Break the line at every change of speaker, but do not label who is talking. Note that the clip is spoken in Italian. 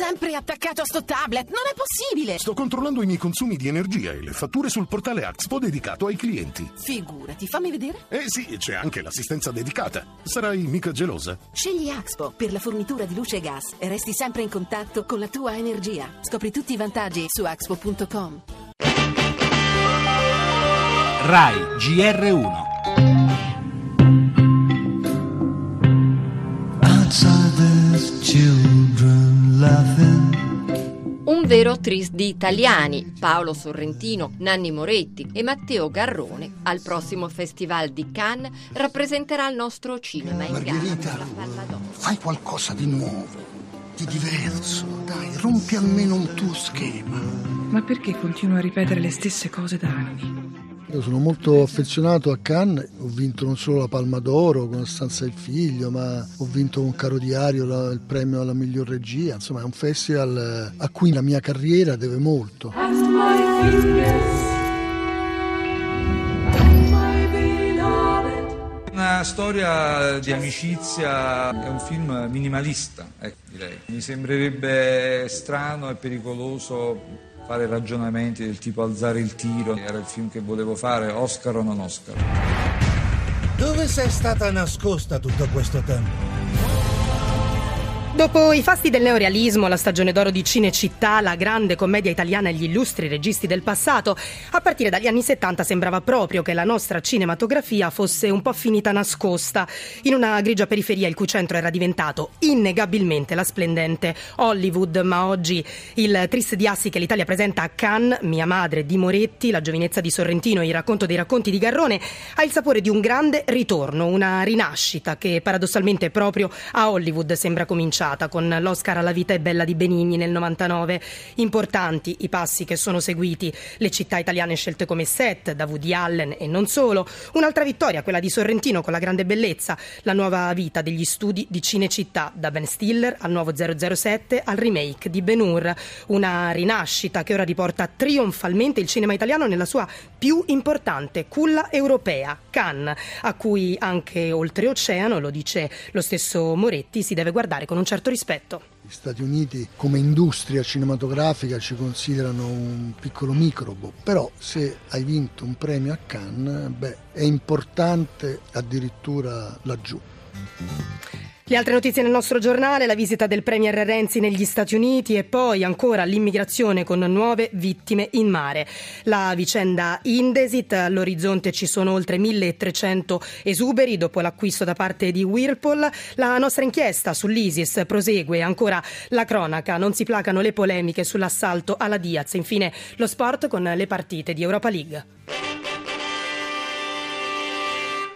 sempre attaccato a sto tablet, non è possibile!
Sto controllando i miei consumi di energia e le fatture sul portale Axpo dedicato ai clienti.
Figurati, fammi vedere.
Sì, c'è anche l'assistenza dedicata. Sarai mica gelosa?
Scegli Axpo per la fornitura di luce e gas e resti sempre in contatto con la tua energia. Scopri tutti i vantaggi su axpo.com.
Rai GR1.
Un vero tris di italiani, Paolo Sorrentino, Nanni Moretti e Matteo Garrone, al prossimo Festival di Cannes rappresenterà il nostro cinema in
Margherita,
gara.
fai qualcosa di nuovo, di diverso, dai, rompi almeno un tuo schema.
Ma perché continuo a ripetere le stesse cose da anni?
Io sono molto affezionato a Cannes, ho vinto non solo la Palma d'Oro con La stanza del figlio, ma ho vinto con Caro Diario il premio alla miglior regia. Insomma, è un festival a cui la mia carriera deve molto.
Una storia di amicizia, è un film minimalista, direi. Mi sembrerebbe strano e pericoloso fare ragionamenti del tipo alzare il tiro. Era il film che volevo fare, Oscar o non Oscar.
Dove sei stata nascosta tutto questo tempo?
Dopo i fasti del neorealismo, la stagione d'oro di Cinecittà, la grande commedia italiana e gli illustri registi del passato, a partire dagli anni 70 sembrava proprio che la nostra cinematografia fosse un po' finita nascosta in una grigia periferia il cui centro era diventato innegabilmente la splendente Hollywood. Ma oggi il tris di assi che l'Italia presenta a Cannes, Mia madre di Moretti, La giovinezza di Sorrentino e Il racconto dei racconti di Garrone, ha il sapore di un grande ritorno, una rinascita che paradossalmente proprio a Hollywood sembra cominciata con l'Oscar alla vita è bella di Benigni nel 99. Importanti i passi che sono seguiti, le città italiane scelte come set da Woody Allen e non solo, un'altra vittoria, quella di Sorrentino con La grande bellezza, la nuova vita degli studi di Cinecittà, da Ben Stiller al nuovo 007 al remake di Ben-Hur, una rinascita che ora riporta trionfalmente il cinema italiano nella sua più importante culla europea, Cannes, a cui anche oltreoceano, lo dice lo stesso Moretti, si deve guardare con un certo rispetto.
Gli Stati Uniti come industria cinematografica ci considerano un piccolo microbo, però se hai vinto un premio a Cannes, è importante addirittura laggiù.
Le altre notizie nel nostro giornale, la visita del premier Renzi negli Stati Uniti e poi ancora l'immigrazione con nuove vittime in mare. La vicenda Indesit, all'orizzonte ci sono oltre 1300 esuberi dopo l'acquisto da parte di Whirlpool. La nostra inchiesta sull'ISIS prosegue, ancora la cronaca, non si placano le polemiche sull'assalto alla Diaz. Infine lo sport con le partite di Europa League.